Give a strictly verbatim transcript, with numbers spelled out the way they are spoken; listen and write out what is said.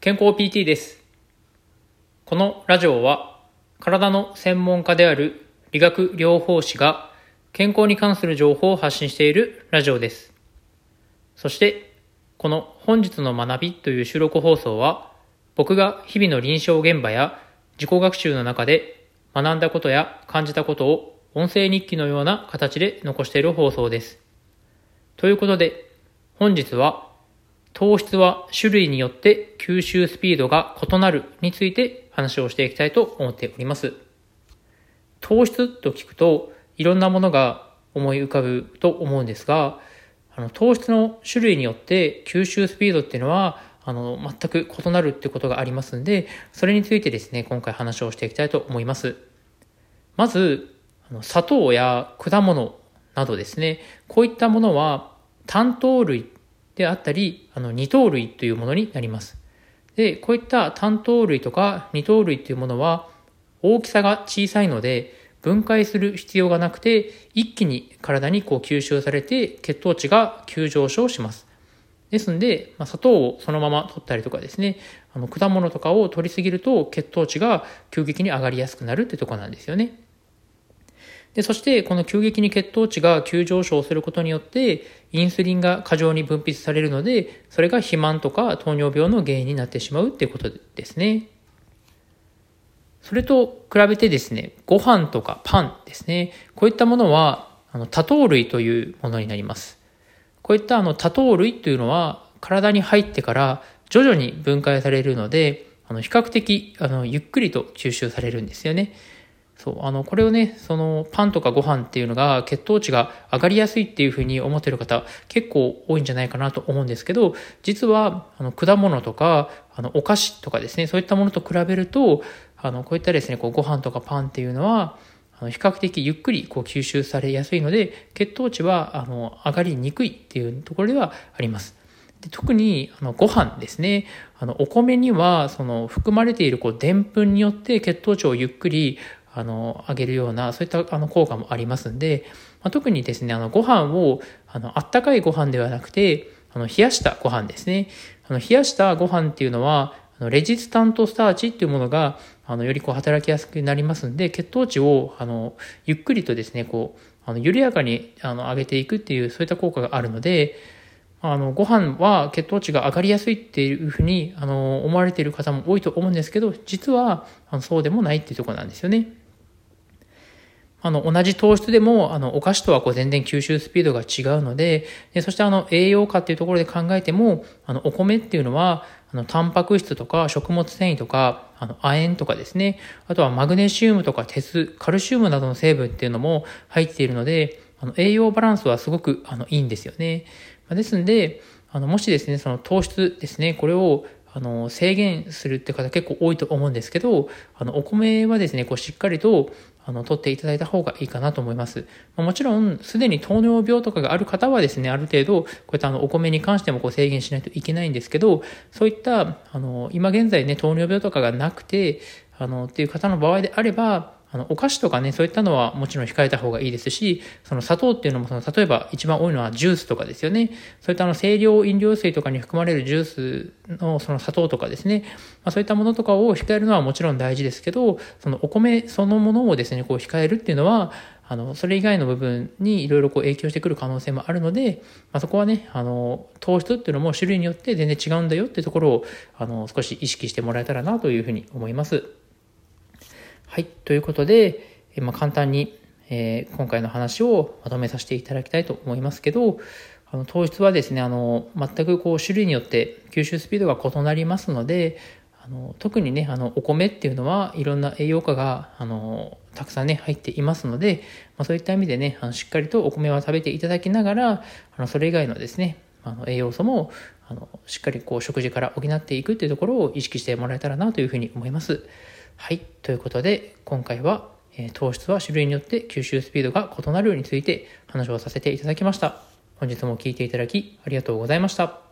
健康 ピーティー です。このラジオは体の専門家である理学療法士が健康に関する情報を発信しているラジオです。そしてこの本日の学びという収録放送は、僕が日々の臨床現場や自己学習の中で学んだことや感じたことを音声日記のような形で残している放送です。ということで本日は糖質は種類によって吸収スピードが異なるについて話をしていきたいと思っております。糖質と聞くといろんなものが思い浮かぶと思うんですが、あの糖質の種類によって吸収スピードっていうのはあの全く異なるってことがありますので、それについてですね、今回話をしていきたいと思います。まずあの砂糖や果物などですね、こういったものは単糖類であったり、あの二糖類というものになります。で、こういった単糖類とか二糖類というものは大きさが小さいので分解する必要がなくて、一気に体にこう吸収されて血糖値が急上昇します。ですので、まあ、砂糖をそのまま取ったりとかですね、あの果物とかを取りすぎると血糖値が急激に上がりやすくなるってところなんですよね。で、そしてこの急激に血糖値が急上昇することによってインスリンが過剰に分泌されるので、それが肥満とか糖尿病の原因になってしまうっていうことですね。それと比べてですね、ご飯とかパンですね、こういったものはあの多糖類というものになります。こういったあの多糖類というのは体に入ってから徐々に分解されるので、あの比較的あのゆっくりと吸収されるんですよね。そう、あの、これをね、そのパンとかご飯っていうのが血糖値が上がりやすいっていうふうに思っている方結構多いんじゃないかなと思うんですけど、実はあの果物とかあのお菓子とかですね、そういったものと比べると、あのこういったですね、こうご飯とかパンっていうのはあの比較的ゆっくりこう吸収されやすいので、血糖値はあの上がりにくいっていうところではあります。で、特にあのご飯ですね、あのお米にはその含まれているこうでんぷんによって血糖値をゆっくりあの上げるような、そういったあの効果もありますんで、まあ、特にですね、あのご飯をあのあったかいご飯ではなくて、あの冷やしたご飯ですね。あの冷やしたご飯っていうのはあのレジスタントスターチっていうものがあのよりこう働きやすくなりますんで、血糖値をあのゆっくりとですね、こうあの緩やかにあの上げていくっていう、そういった効果があるので、あのご飯は血糖値が上がりやすいっていうふうにあの思われている方も多いと思うんですけど、実はあのそうでもないっていうところなんですよね。あの同じ糖質でもあのお菓子とはこう全然吸収スピードが違うので、でそしてあの栄養価っていうところで考えても、あのお米っていうのはあのタンパク質とか食物繊維とかあの亜鉛とかですね、あとはマグネシウムとか鉄、カルシウムなどの成分っていうのも入っているので、あの栄養バランスはすごくあのいいんですよね。ですので、あのもしですね、その糖質ですね、これをあの制限するって方結構多いと思うんですけど、あのお米はですね、こうしっかりとあの取っていただいた方がいいかなと思います。まあ、もちろんすでに糖尿病とかがある方はですね、ある程度こういったあのお米に関してもこう制限しないといけないんですけど、そういったあの今現在ね、糖尿病とかがなくてあのっていう方の場合であれば、あのお菓子とかね、そういったのはもちろん控えた方がいいですし、その砂糖っていうのもその例えば一番多いのはジュースとかですよね。そういったあの清涼飲料水とかに含まれるジュースのその砂糖とかですね、まあ、そういったものとかを控えるのはもちろん大事ですけど、そのお米そのものをですね、こう控えるっていうのはあのそれ以外の部分にいろいろこう影響してくる可能性もあるので、まあ、そこはね、あの糖質っていうのも種類によって全然違うんだよっていうところをあの少し意識してもらえたらなというふうに思います。はい。ということで、まあ、簡単に、えー、今回の話をまとめさせていただきたいと思いますけど、あの糖質はですね、あの全くこう種類によって吸収スピードが異なりますので、あの特にね、あのお米っていうのはいろんな栄養価があのたくさんね入っていますので、まあ、そういった意味でね、あのしっかりとお米は食べていただきながら、あのそれ以外のですね、あの栄養素もあのしっかりこう食事から補っていくっていうところを意識してもらえたらなというふうに思います。はい。ということで、今回は、えー、糖質は種類によって吸収スピードが異なるについて話をさせていただきました。本日も聞いていただきありがとうございました。